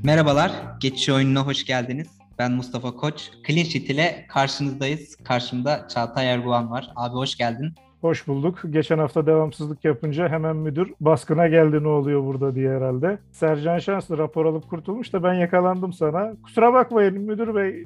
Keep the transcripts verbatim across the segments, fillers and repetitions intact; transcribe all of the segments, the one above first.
Merhabalar, Geçiş Oyununa hoş geldiniz. Ben Mustafa Koç. Clean Sheet ile karşınızdayız. Karşımda Çağatay Erguvan var. Abi hoş geldin. Hoş bulduk. Geçen hafta devamsızlık yapınca hemen müdür baskına geldi ne oluyor burada diye herhalde. Sercan Şanslı rapor alıp kurtulmuş da ben yakalandım sana. Kusura bakmayın müdür bey.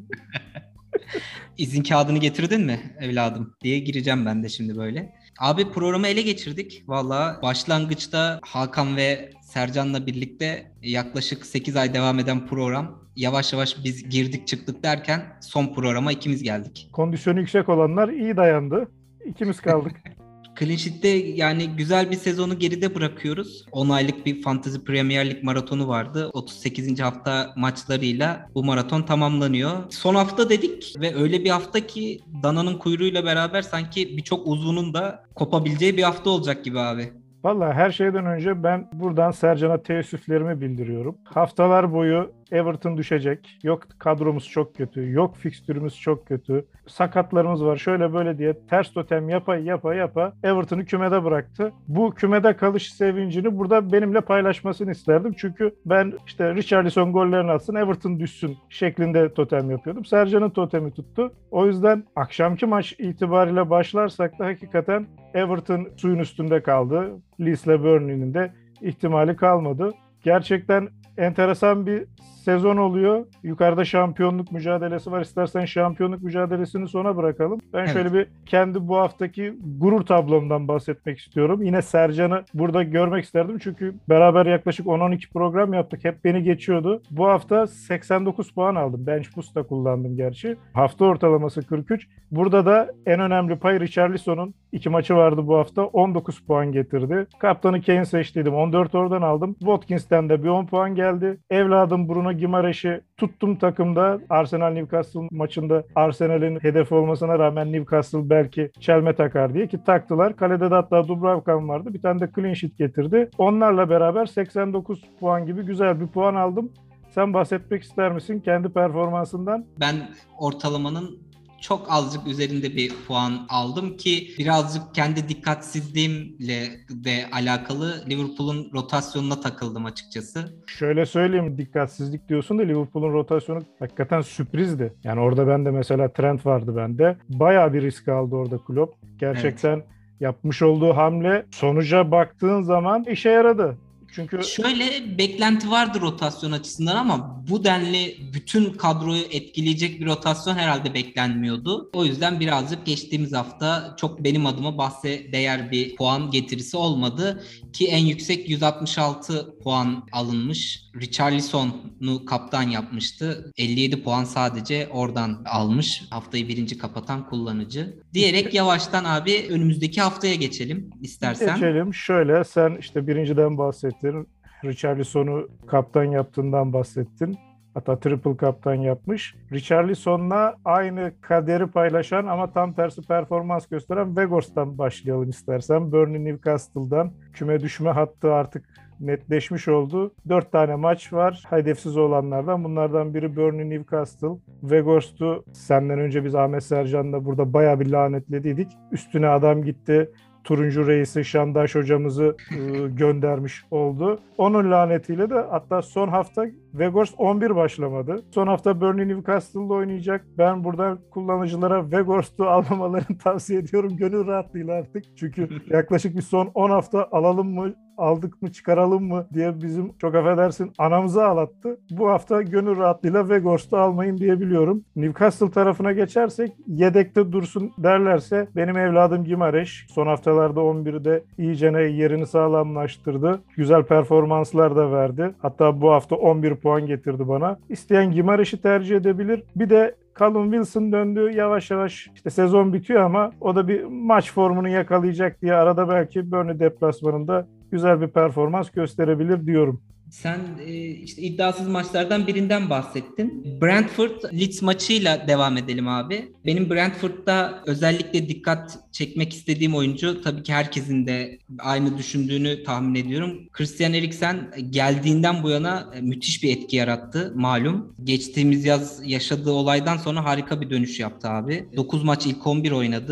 İzin kağıdını getirdin mi evladım diye gireceğim ben de şimdi böyle. Abi programı ele geçirdik. Valla başlangıçta Hakan ve Sercan'la birlikte yaklaşık sekiz ay devam eden program. Yavaş yavaş biz girdik çıktık derken son programa ikimiz geldik. Kondisyonu yüksek olanlar iyi dayandı. İkimiz kaldık. Clean Sheet'te yani güzel bir sezonu geride bırakıyoruz. on aylık bir Fantasy Premier Lig maratonu vardı. otuz sekizinci hafta maçlarıyla bu maraton tamamlanıyor. Son hafta dedik ve öyle bir hafta ki dananın kuyruğuyla beraber sanki birçok uzvunun da kopabileceği bir hafta olacak gibi abi. Vallahi her şeyden önce ben buradan Sercan'a teessüflerimi bildiriyorum. Haftalar boyu Everton düşecek. Yok kadromuz çok kötü. Yok fikstürümüz çok kötü. Sakatlarımız var. Şöyle böyle diye ters totem yapa yapa yapa Everton'u kümede bıraktı. Bu kümede kalış sevincini burada benimle paylaşmasını isterdim. Çünkü ben işte Richarlison gollerini atsın, Everton düşsün şeklinde totem yapıyordum. Sercan'ın totemi tuttu. O yüzden akşamki maç itibariyle başlarsak da hakikaten Everton suyun üstünde kaldı. Leeds'le Burnley'nin de ihtimali kalmadı. Gerçekten enteresan bir sezon oluyor. Yukarıda şampiyonluk mücadelesi var. İstersen şampiyonluk mücadelesini sona bırakalım. Ben Evet. şöyle bir kendi bu haftaki gurur tablomdan bahsetmek istiyorum. Yine Sercan'ı burada görmek isterdim. Çünkü beraber yaklaşık on on iki program yaptık. Hep beni geçiyordu. Bu hafta seksen dokuz puan aldım. Bench boost da kullandım gerçi. Hafta ortalaması kırk üç. Burada da en önemli pay Richarlison'un iki maçı vardı bu hafta. on dokuz puan getirdi. Kaptanı Kane seçtiydim. on dört oradan aldım. Watkins'ten de bir on puan geldi. Evladım Bruno Gimareş'i tuttum takımda. Arsenal-Newcastle maçında Arsenal'in hedefi olmasına rağmen Newcastle belki çelme takar diye ki taktılar. Kalede de hatta Dubravka'm vardı. Bir tane de clean sheet getirdi. Onlarla beraber seksen dokuz puan gibi güzel bir puan aldım. Sen bahsetmek ister misin kendi performansından? Ben ortalamanın çok azıcık üzerinde bir puan aldım ki birazcık kendi dikkatsizliğimle de alakalı Liverpool'un rotasyonuna takıldım açıkçası. Şöyle söyleyeyim, dikkatsizlik diyorsun da Liverpool'un rotasyonu hakikaten sürprizdi. Yani orada bende mesela Trent vardı bende. Bayağı bir risk aldı orada Klopp. Evet. Gerçekten yapmış olduğu hamle sonuca baktığın zaman işe yaradı. Çünkü Şöyle beklenti vardı rotasyon açısından ama bu denli bütün kadroyu etkileyecek bir rotasyon herhalde beklenmiyordu. O yüzden birazcık geçtiğimiz hafta çok benim adıma bahse değer bir puan getirisi olmadı ki en yüksek yüz altmış altı puan alınmış. Richarlison'u kaptan yapmıştı. elli yedi puan sadece oradan almış. Haftayı birinci kapatan kullanıcı. Diyerek yavaştan abi önümüzdeki haftaya geçelim istersen. geçelim. Şöyle sen işte birinciden bahsettin. Richarlison'u kaptan yaptığından bahsettin. Hatta triple kaptan yapmış. Richarlison'la aynı kaderi paylaşan ama tam tersi performans gösteren Weghorst'tan başlayalım istersen. Burnley Newcastle'dan küme düşme hattı artık netleşmiş oldu. Dört tane maç var hedefsiz olanlardan. Bunlardan biri Burnley Newcastle. Weghorst'u senden önce biz Ahmet Sercan'la burada bayağı bir lanetlediydik. Üstüne adam gitti. Turuncu Reis'i Şandaş hocamızı e, göndermiş oldu. Onun lanetiyle de hatta son hafta Weghorst on bir başlamadı. Son hafta Burnley Newcastle'da oynayacak. Ben buradan kullanıcılara Weghorst'u almamalarını tavsiye ediyorum. Gönül rahatlığıyla artık. Çünkü yaklaşık bir son on hafta alalım mı, aldık mı, çıkaralım mı diye bizim çok affedersin anamızı ağlattı. Bu hafta gönül rahatlığıyla Weghorst'u almayın diyebiliyorum. Newcastle tarafına geçersek yedekte dursun derlerse benim evladım Gimareş son haftalarda on birde iyicene yerini sağlamlaştırdı. Güzel performanslar da verdi. Hatta bu hafta on bir puan getirdi bana. İsteyen Gimareş'i tercih edebilir. Bir de Callum Wilson döndü yavaş yavaş işte sezon bitiyor ama o da bir maç formunu yakalayacak diye arada belki Burnley deplasmanında güzel bir performans gösterebilir diyorum. Sen e, işte iddiasız maçlardan birinden bahsettin. Brentford Leeds maçıyla devam edelim abi. Benim Brentford'da özellikle dikkat çekmek istediğim oyuncu tabii ki herkesin de aynı düşündüğünü tahmin ediyorum. Christian Eriksen geldiğinden bu yana e, müthiş bir etki yarattı malum. Geçtiğimiz yaz yaşadığı olaydan sonra harika bir dönüş yaptı abi. dokuz maç ilk on bir oynadı.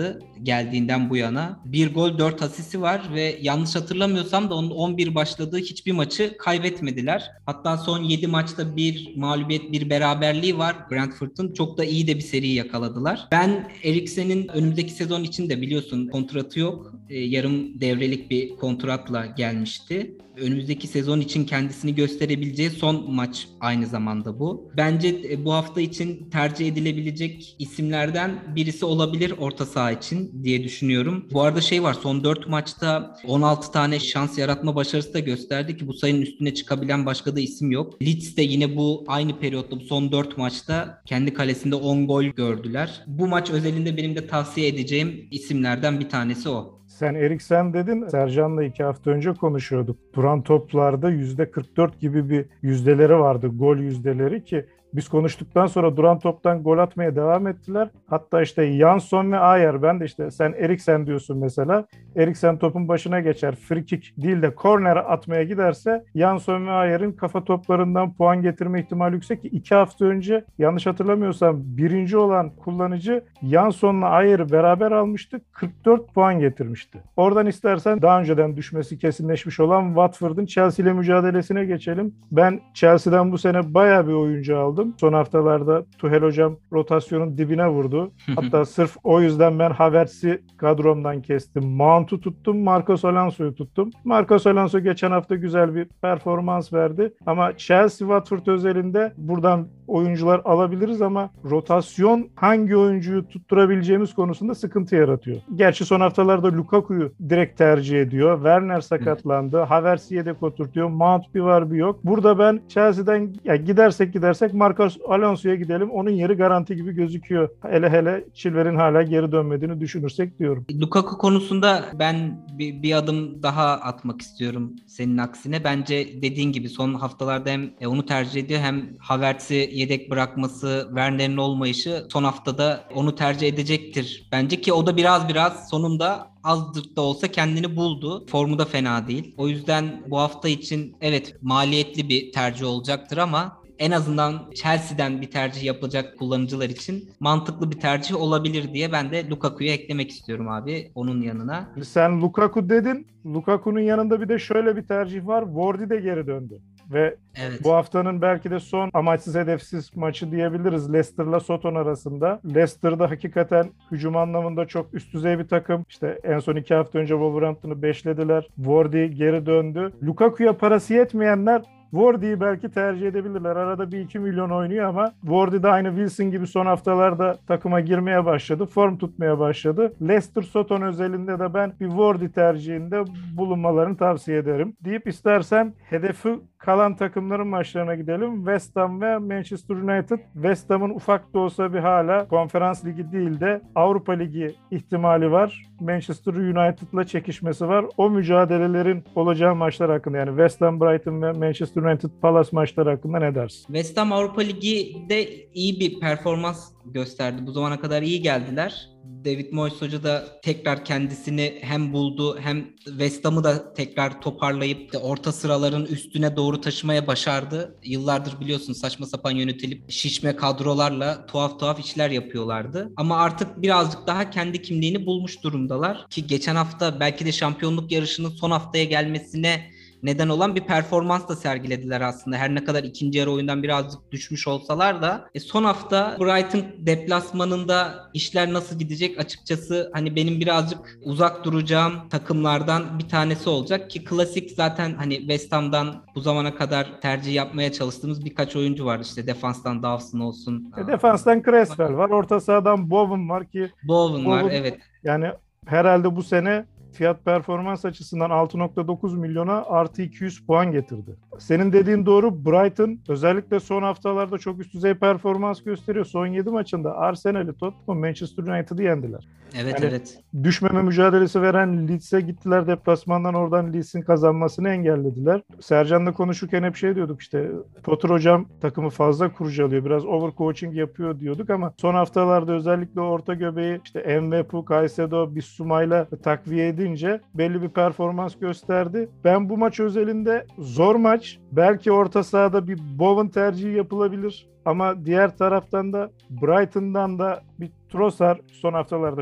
geldiğinden bu yana. Bir gol dört asisti var ve yanlış hatırlamıyorsam da onun on bir başladığı hiçbir maçı kaybetmediler. Hatta son yedi maçta bir mağlubiyet, bir beraberliği var Brentford'un. Çok da iyi de bir seri yakaladılar. Ben Eriksen'in önümüzdeki sezon için de biliyorsun kontratı yok. E, yarım devrelik bir kontratla gelmişti. Önümüzdeki sezon için kendisini gösterebileceği son maç aynı zamanda bu. Bence bu hafta için tercih edilebilecek isimlerden birisi olabilir orta saha için diye düşünüyorum. Bu arada şey var, son dört maçta on altı tane şans yaratma başarısı da gösterdi ki bu sayının üstüne çıkabilen başka da isim yok. Leeds de yine bu aynı periyotta, bu son dört maçta kendi kalesinde on gol gördüler. Bu maç özelinde benim de tavsiye edeceğim isimlerden bir tanesi o. Sen Eriksen dedin. Sercan'la iki hafta önce konuşuyorduk. Duran toplarda yüzde kırk dört gibi bir yüzdeleri vardı. Gol yüzdeleri ki biz konuştuktan sonra duran toptan gol atmaya devam ettiler. Hatta işte Jansson ve Ayer, ben de işte sen Eriksen diyorsun mesela. Eriksen topun başına geçer. Free kick değil de korner atmaya giderse Jansson ve Ayer'in kafa toplarından puan getirme ihtimali yüksek ki iki hafta önce yanlış hatırlamıyorsam birinci olan kullanıcı Jansson'la Ayer'i beraber almıştı. kırk dört puan getirmişti. Oradan istersen daha önceden düşmesi kesinleşmiş olan Watford'un Chelsea ile mücadelesine geçelim. Ben Chelsea'den bu sene bayağı bir oyuncu aldım. Son haftalarda Tuchel hocam rotasyonun dibine vurdu. Hatta sırf o yüzden ben Havertz'i kadromdan kestim. Mount'u tuttum, Marcos Alonso'yu tuttum. Marcos Alonso geçen hafta güzel bir performans verdi. Ama Chelsea Watford özelinde buradan oyuncular alabiliriz ama rotasyon hangi oyuncuyu tutturabileceğimiz konusunda sıkıntı yaratıyor. Gerçi son haftalarda Lukaku'yu direkt tercih ediyor. Werner sakatlandı. Havertz'i yedek oturtuyor. Mount bir var bir yok. Burada ben Chelsea'den ya gidersek gidersek Marcos Alonso'ya gidelim. Onun yeri garanti gibi gözüküyor. Hele hele Chilwell'in hala geri dönmediğini düşünürsek diyorum. Lukaku konusunda ben bir, bir adım daha atmak istiyorum senin aksine. Bence dediğin gibi son haftalarda hem onu tercih ediyor hem Havertz'i yedek bırakması, Werner'in olmayışı son haftada onu tercih edecektir. Bence ki o da biraz biraz sonunda azdır da olsa kendini buldu. Formu da fena değil. O yüzden bu hafta için evet maliyetli bir tercih olacaktır ama en azından Chelsea'den bir tercih yapacak kullanıcılar için mantıklı bir tercih olabilir diye ben de Lukaku'yu eklemek istiyorum abi onun yanına. Sen Lukaku dedin. Lukaku'nun yanında bir de şöyle bir tercih var. Wardy de geri döndü. Ve Evet. bu haftanın belki de son amaçsız hedefsiz maçı diyebiliriz Leicester'la Soton arasında. Leicester'da hakikaten hücum anlamında çok üst düzey bir takım. İşte en son iki hafta önce Wolverhampton'u beşlediler. Wardy geri döndü. Lukaku'ya parası yetmeyenler Wardy'yi belki tercih edebilirler. Arada bir iki milyon oynuyor ama Wardy de aynı Wilson gibi son haftalarda takıma girmeye başladı. Form tutmaya başladı. Leicester Soton özelinde de ben bir Wardy tercihinde bulunmalarını tavsiye ederim. Deyip istersen hedefi kalan takımların maçlarına gidelim. West Ham ve Manchester United. West Ham'ın ufak da olsa bir hala Konferans Ligi değil de Avrupa Ligi ihtimali var. Manchester United'la çekişmesi var. O mücadelelerin olacağı maçlar hakkında yani West Ham, Brighton ve Manchester United Palace maçları hakkında ne dersin? West Ham Avrupa Ligi'de iyi bir performans gösterdi. Bu zamana kadar iyi geldiler. David Moyes Hoca da tekrar kendisini hem buldu hem West Ham'ı da tekrar toparlayıp orta sıraların üstüne doğru taşımaya başardı. Yıllardır biliyorsun saçma sapan yönetilip şişme kadrolarla tuhaf tuhaf işler yapıyorlardı. Ama artık birazcık daha kendi kimliğini bulmuş durumdalar. Ki geçen hafta belki de şampiyonluk yarışının son haftaya gelmesine neden olan bir performans da sergilediler aslında. Her ne kadar ikinci yarı oyundan birazcık düşmüş olsalar da e, son hafta Brighton deplasmanında işler nasıl gidecek açıkçası hani benim birazcık uzak duracağım takımlardan bir tanesi olacak ki klasik zaten hani West Ham'dan bu zamana kadar tercih yapmaya çalıştığımız birkaç oyuncu var işte defanstan Dawson olsun. E, defanstan Creswell var, orta sahadan Bowen var ki Bowen var evet. Yani herhalde bu sene fiyat performans açısından altı nokta dokuz milyona artı iki yüz puan getirdi. Senin dediğin doğru. Brighton özellikle son haftalarda çok üst düzey performans gösteriyor. Son yedi maçında Arsenal'i, Tottenham, Manchester United'ı yendiler. Evet yani evet. Düşmeme mücadelesi veren Leeds'e gittiler deplasmandan, oradan Leeds'in kazanmasını engellediler. Sercan'la konuşurken hep şey diyorduk işte Potter hocam takımı fazla kurcalıyor, biraz overcoaching yapıyor diyorduk ama son haftalarda özellikle orta göbeği işte Mwepu, Caicedo, Bissuma'yla takviye edince belli bir performans gösterdi. Ben bu maç özelinde zor maç. Belki orta sahada bir Bowen tercihi yapılabilir. Ama diğer taraftan da Brighton'dan da bir Trossard son haftalarda çok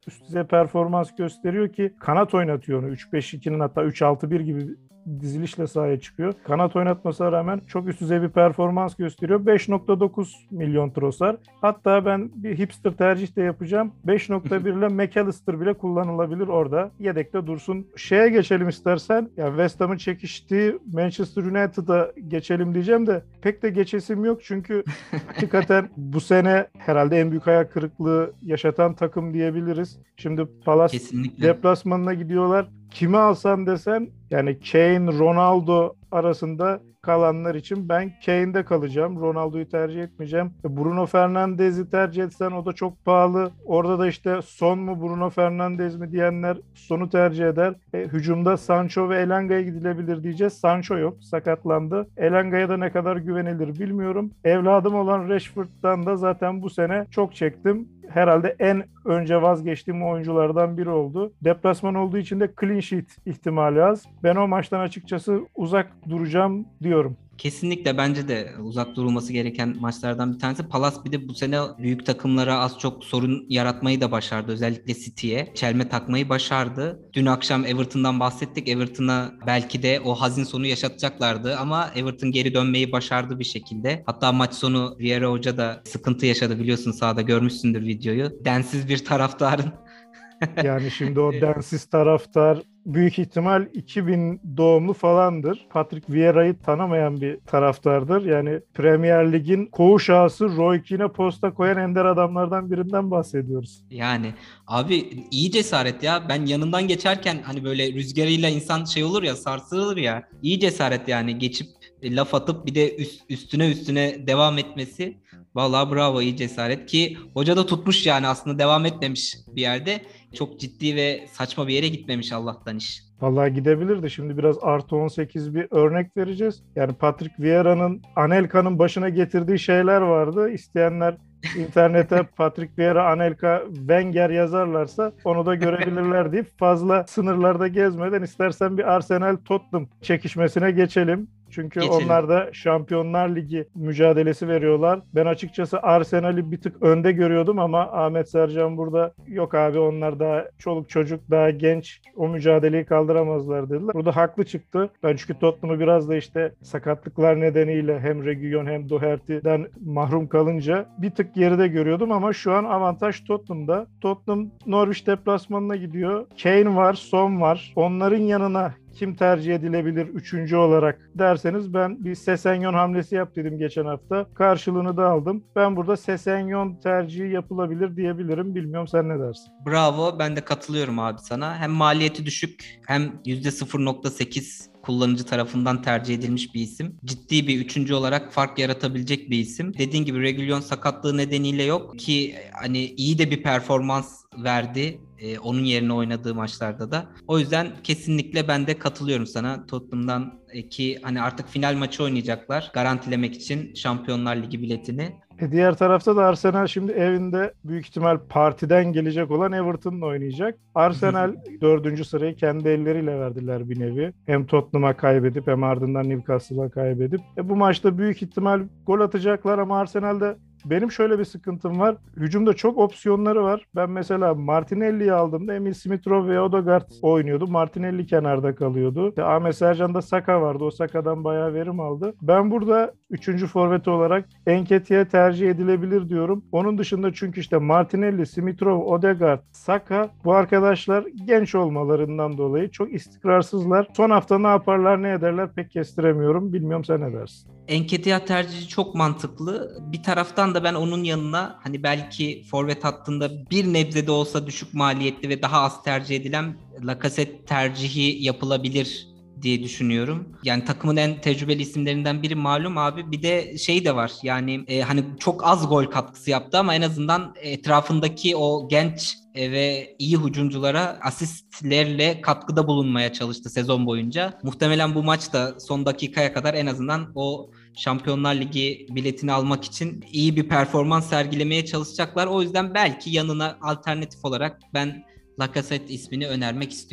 üst düzey performans gösteriyor ki kanat oynatıyor onu. üç beş ikinin hatta üç altı bir gibi dizilişle sahaya çıkıyor. Kanat oynatmasına rağmen çok üst düzey bir performans gösteriyor. beş nokta dokuz milyon Trossard. Hatta ben bir hipster tercih de yapacağım. beş nokta bir ile McAllister bile kullanılabilir orada. Yedekte dursun. Şeye geçelim istersen. Ya West Ham'ın çekiştiği Manchester United'a geçelim diyeceğim de pek de geçesim yok. Çünkü hakikaten bu sene herhalde en büyük hayal kırıklığı yaşatan takım diyebiliriz. Şimdi Palace Kesinlikle. deplasmanına gidiyorlar. Kimi alsam desen yani Kane, Ronaldo arasında kalanlar için ben Kane'de kalacağım. Ronaldo'yu tercih etmeyeceğim. Bruno Fernandes'i tercih etsen o da çok pahalı. Orada da işte Son mu Bruno Fernandes mi diyenler Son'u tercih eder. E, hücumda Sancho ve Elanga'ya gidilebilir diyeceğiz. Sancho yok. Sakatlandı. Elanga'ya da ne kadar güvenilir bilmiyorum. Evladım olan Rashford'dan da zaten bu sene çok çektim. Herhalde en önce vazgeçtiğim oyunculardan biri oldu. Deplasman olduğu için de clean sheet ihtimali az. Ben o maçtan açıkçası uzak duracağım diyorum. Kesinlikle bence de uzak durulması gereken maçlardan bir tanesi. Palace bir de bu sene büyük takımlara az çok sorun yaratmayı da başardı. Özellikle City'ye çelme takmayı başardı. Dün akşam Everton'dan bahsettik. Everton'a belki de o hazin sonu yaşatacaklardı ama Everton geri dönmeyi başardı bir şekilde. Hatta maç sonu Vieira Hoca da sıkıntı yaşadı, biliyorsun, sahada görmüşsündür videoyu. Densiz bir taraftarın Yani şimdi o densiz taraftar büyük ihtimal iki bin doğumlu falandır. Patrick Vieira'yı tanımayan bir taraftardır. Yani Premier Lig'in koğuş ağası Roy Keane'e posta koyan ender adamlardan birinden bahsediyoruz. Yani abi iyi cesaret ya. Ben yanından geçerken hani böyle rüzgarıyla insan şey olur ya, sarsılır ya. İyi cesaret yani, geçip laf atıp bir de üst, üstüne üstüne devam etmesi. Vallahi bravo, iyi cesaret ki hoca da tutmuş yani, aslında devam etmemiş bir yerde. Çok ciddi ve saçma bir yere gitmemiş Allah'tan iş. Vallahi gidebilirdi. Şimdi biraz artı on sekiz bir örnek vereceğiz. Yani Patrick Vieira'nın Anelka'nın başına getirdiği şeyler vardı. İsteyenler internete Patrick Vieira, Anelka, Wenger yazarlarsa onu da görebilirler deyip fazla sınırlarda gezmeden istersen bir Arsenal Tottenham çekişmesine geçelim. Çünkü Geçelim. onlar da Şampiyonlar Ligi mücadelesi veriyorlar. Ben açıkçası Arsenal'i bir tık önde görüyordum ama Ahmet Sercan burada yok abi, onlar daha çoluk çocuk, daha genç, o mücadeleyi kaldıramazlar dediler. Burada haklı çıktı. Ben çünkü Tottenham'ı biraz da işte sakatlıklar nedeniyle hem Reguilon hem Doherty'den mahrum kalınca bir tık geride görüyordum ama şu an avantaj Tottenham'da. Tottenham Norwich deplasmanına gidiyor. Kane var, Son var. Onların yanına kim tercih edilebilir üçüncü olarak derseniz ben bir Sessegnon hamlesi yap dedim geçen hafta. Karşılığını da aldım. Ben burada Sessegnon tercihi yapılabilir diyebilirim. Bilmiyorum, sen ne dersin? Bravo, ben de katılıyorum abi sana. Hem maliyeti düşük hem yüzde sıfır nokta sekiz kullanıcı tarafından tercih edilmiş bir isim. Ciddi bir üçüncü olarak fark yaratabilecek bir isim. Dediğin gibi Reguilon sakatlığı nedeniyle yok ki hani iyi de bir performans verdi. Ee, onun yerine oynadığı maçlarda da. O yüzden kesinlikle ben de katılıyorum sana. Tottenham'dan e, ki hani artık final maçı oynayacaklar garantilemek için Şampiyonlar Ligi biletini. E diğer tarafta da Arsenal şimdi evinde büyük ihtimal partiden gelecek olan Everton'la oynayacak. Arsenal dördüncü sırayı kendi elleriyle verdiler bir nevi. Hem Tottenham'a kaybedip hem ardından Newcastle'a kaybedip. E bu maçta büyük ihtimal gol atacaklar ama Arsenal'de benim şöyle bir sıkıntım var. Hücumda çok opsiyonları var. Ben mesela Martinelli'yi aldığımda Emil Smith-Rowe ve Odegaard oynuyordu. Martinelli kenarda kalıyordu. İşte Ahmet Sercan'da Saka vardı. O Saka'dan bayağı verim aldı. Ben burada üçüncü forveti olarak Nketiah tercih edilebilir diyorum. Onun dışında çünkü işte Martinelli, Smith-Rowe, Odegaard, Saka, bu arkadaşlar genç olmalarından dolayı çok istikrarsızlar. Son hafta ne yaparlar ne ederler pek kestiremiyorum. Bilmiyorum, sen ne dersin? Nketiah tercihi çok mantıklı. Bir taraftan da ben onun yanına hani belki forvet hattında bir nebze de olsa düşük maliyetli ve daha az tercih edilen Lacazette tercihi yapılabilir diye düşünüyorum. Yani takımın en tecrübeli isimlerinden biri malum abi. Bir de şey de var yani e, hani çok az gol katkısı yaptı ama en azından etrafındaki o genç e, ve iyi hücumculara asistlerle katkıda bulunmaya çalıştı sezon boyunca. Muhtemelen bu maçta son dakikaya kadar en azından o Şampiyonlar Ligi biletini almak için iyi bir performans sergilemeye çalışacaklar. O yüzden belki yanına alternatif olarak ben Lacazette ismini önermek istiyorum.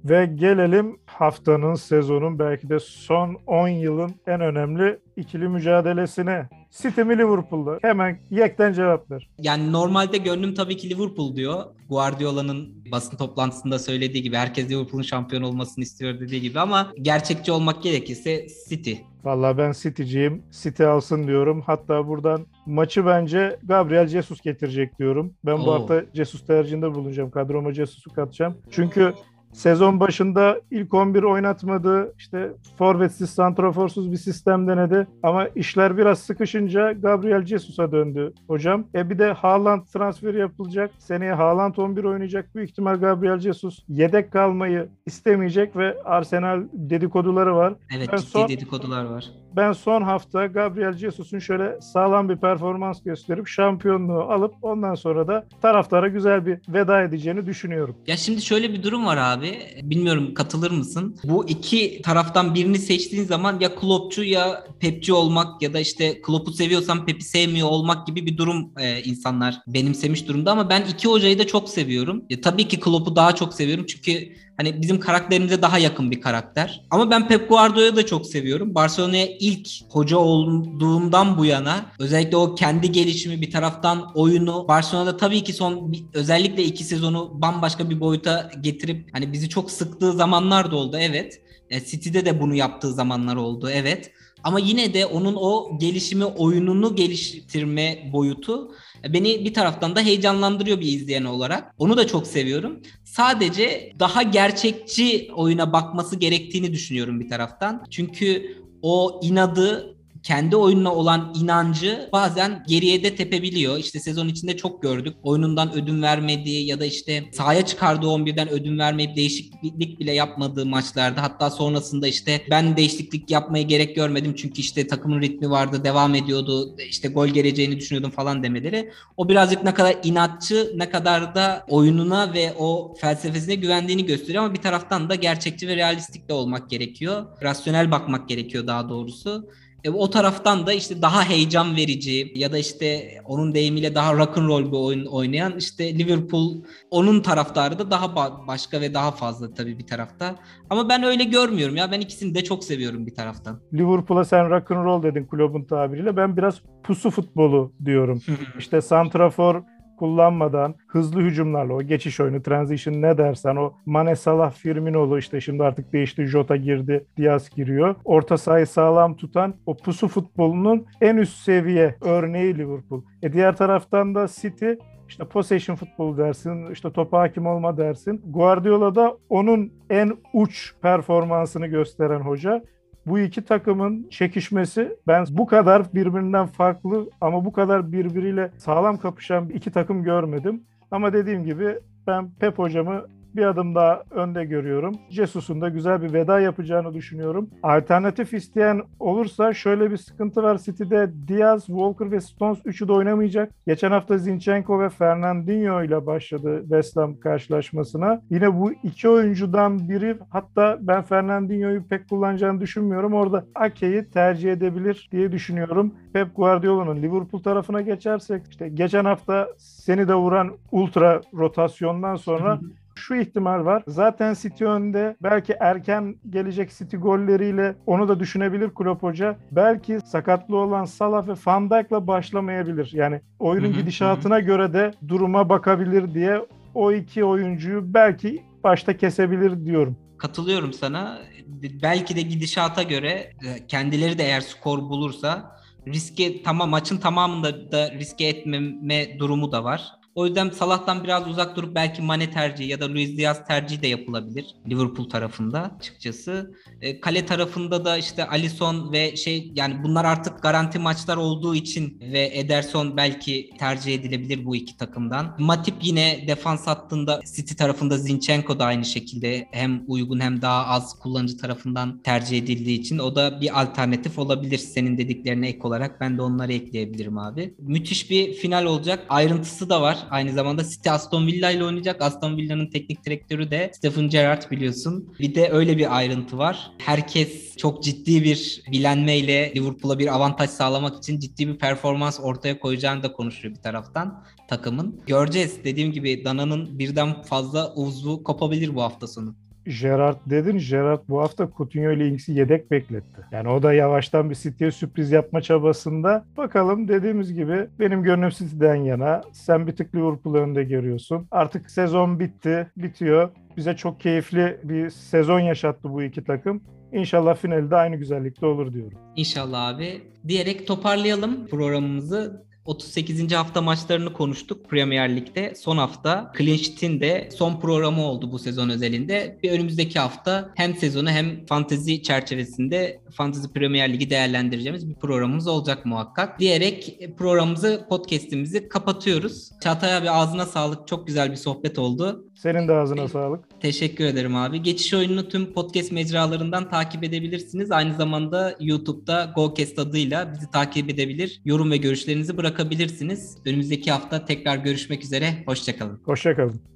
Ve gelelim haftanın, sezonun belki de son on yılın en önemli ikili mücadelesine. City mi Liverpool'da? Hemen yekten cevap ver. Yani normalde gönlüm tabii ki Liverpool diyor. Guardiola'nın basın toplantısında söylediği gibi herkes Liverpool'un şampiyon olmasını istiyor dediği gibi ama gerçekçi olmak gerekirse City. Vallahi ben City'ciyim. City alsın diyorum. Hatta buradan maçı bence Gabriel Jesus getirecek diyorum. Ben Oo. bu hafta Jesus tercihinde bulunacağım. Kadroma Jesus'u katacağım. Çünkü sezon başında ilk on bir oynatmadı. İşte forvetsiz, santraforsuz bir sistem denedi. Ama işler biraz sıkışınca Gabriel Jesus'a döndü hocam. E bir de Haaland transferi yapılacak. Seneye Haaland on bir oynayacak. Büyük ihtimal Gabriel Jesus yedek kalmayı istemeyecek ve Arsenal dedikoduları var. Evet, Ben ciddi son, dedikodular var. ben son hafta Gabriel Jesus'un şöyle sağlam bir performans gösterip şampiyonluğu alıp ondan sonra da taraftara güzel bir veda edeceğini düşünüyorum. Ya şimdi şöyle bir durum var abi. Bilmiyorum katılır mısın? Bu iki taraftan birini seçtiğin zaman ya Kloppçu ya Pepçi olmak ya da işte Klopp'u seviyorsan Pep'i sevmiyor olmak gibi bir durum e, insanlar benimsemiş durumda ama ben iki hocayı da çok seviyorum. E, tabii ki Klopp'u daha çok seviyorum çünkü hani bizim karakterimize daha yakın bir karakter. Ama ben Pep Guardiola'yı da çok seviyorum. Barcelona'ya ilk hoca olduğundan bu yana özellikle o kendi gelişimi bir taraftan oyunu Barcelona'da tabii ki son özellikle iki sezonu bambaşka bir boyuta getirip hani bizi çok sıktığı zamanlar da oldu, evet. E, City'de de bunu yaptığı zamanlar oldu, evet. Ama yine de onun o gelişimi, oyununu geliştirme boyutu beni bir taraftan da heyecanlandırıyor bir izleyen olarak. Onu da çok seviyorum. Sadece daha gerçekçi oyuna bakması gerektiğini düşünüyorum bir taraftan. Çünkü o inadı, kendi oyununa olan inancı bazen geriye de tepebiliyor. İşte sezon içinde çok gördük. Oyunundan ödün vermediği ya da işte sahaya çıkardığı on birden ödün vermeyip değişiklik bile yapmadığı maçlarda. Hatta sonrasında işte ben değişiklik yapmaya gerek görmedim çünkü işte takımın ritmi vardı, devam ediyordu. İşte gol geleceğini düşünüyordum falan demeleri. O birazcık ne kadar inatçı, ne kadar da oyununa ve o felsefesine güvendiğini gösteriyor ama bir taraftan da gerçekçi ve realistik de olmak gerekiyor. Rasyonel bakmak gerekiyor daha doğrusu. E, o taraftan da işte daha heyecan verici ya da işte onun deyimiyle daha rock'n'roll bir oyun oynayan işte Liverpool, onun taraftarı da daha ba- başka ve daha fazla tabii bir tarafta. Ama ben öyle görmüyorum ya. Ben ikisini de çok seviyorum bir taraftan. Liverpool'a sen rock'n'roll dedin kulübün tabiriyle. Ben biraz pusu futbolu diyorum. İşte santrafor kullanmadan hızlı hücumlarla o geçiş oyunu, transition ne dersen o Mane, Salah, Firmino'lu işte şimdi artık değişti, Jota girdi, Diaz giriyor. Orta sahayı sağlam tutan o pusu futbolunun en üst seviye örneği Liverpool. E diğer taraftan da City işte possession futbolu dersin, işte topa hakim olma dersin. Guardiola da onun en uç performansını gösteren hoca. Bu iki takımın çekişmesi, ben bu kadar birbirinden farklı ama bu kadar birbiriyle sağlam kapışan iki takım görmedim. Ama dediğim gibi ben Pep hocamı bir adım daha önde görüyorum. Jesus'un da güzel bir veda yapacağını düşünüyorum. Alternatif isteyen olursa şöyle bir sıkıntı var City'de. Diaz, Walker ve Stones üçü de oynamayacak. Geçen hafta Zinchenko ve Fernandinho ile başladı West Ham karşılaşmasına. Yine bu iki oyuncudan biri, hatta ben Fernandinho'yu pek kullanacağını düşünmüyorum. Orada Ake'yi tercih edebilir diye düşünüyorum. Pep Guardiola'nın Liverpool tarafına geçersek, işte geçen hafta seni de vuran ultra rotasyondan sonra şu ihtimal var. Zaten City önde. Belki erken gelecek City golleriyle onu da düşünebilir Klopp Hoca. Belki sakatlı olan Salah ve Van Dijk'la başlamayabilir. Yani oyunun Hı hı, gidişatına hı. göre de duruma bakabilir diye o iki oyuncuyu belki başta kesebilir diyorum. Katılıyorum sana. Belki de gidişata göre kendileri de eğer skor bulursa riske, tamam, maçın tamamında da riske etmeme durumu da var. O yüzden Salah'tan biraz uzak durup belki Mane tercihi ya da Luis Diaz tercihi de yapılabilir Liverpool tarafında açıkçası. E, kale tarafında da işte Alisson ve şey, yani bunlar artık garanti maçlar olduğu için ve Ederson belki tercih edilebilir bu iki takımdan. Matip yine defans hattında, City tarafında Zinchenko da aynı şekilde hem uygun hem daha az kullanıcı tarafından tercih edildiği için o da bir alternatif olabilir senin dediklerine ek olarak. Ben de onları ekleyebilirim abi. Müthiş bir final olacak. Ayrıntısı da var. Aynı zamanda City Aston Villa ile oynayacak. Aston Villa'nın teknik direktörü de Steven Gerrard, biliyorsun. Bir de öyle bir ayrıntı var. Herkes çok ciddi bir bilenmeyle Liverpool'a bir avantaj sağlamak için ciddi bir performans ortaya koyacağını da konuşuyor bir taraftan takımın. Göreceğiz. Dediğim gibi Dana'nın birden fazla uzvu kopabilir bu hafta sonu. Gerrard dedin. Gerrard bu hafta Coutinho ile Inks'i yedek bekletti. Yani o da yavaştan bir City'ye sürpriz yapma çabasında. Bakalım, dediğimiz gibi benim gönlüm City'den yana. Sen bir tık Liverpool önde görüyorsun. Artık sezon bitti, bitiyor. Bize çok keyifli bir sezon yaşattı bu iki takım. İnşallah finalde aynı güzellikte olur diyorum. İnşallah abi. Diyerek toparlayalım programımızı. otuz sekizinci hafta maçlarını konuştuk Premier Lig'de. Son hafta Clean Sheet'in de son programı oldu bu sezon özelinde. Bir önümüzdeki hafta hem sezonu hem fantezi çerçevesinde Fantasy Premier Lig'i değerlendireceğimiz bir programımız olacak muhakkak. Diyerek programımızı, podcast'imizi kapatıyoruz. Çağatay abi, ağzına sağlık. Çok güzel bir sohbet oldu. Senin de ağzına sağlık. Teşekkür ederim abi. Geçiş Oyununu tüm podcast mecralarından takip edebilirsiniz. Aynı zamanda YouTube'da GoCast adıyla bizi takip edebilir, yorum ve görüşlerinizi bırakabilirsiniz. Önümüzdeki hafta tekrar görüşmek üzere. Hoşça kalın. Hoşça kalın.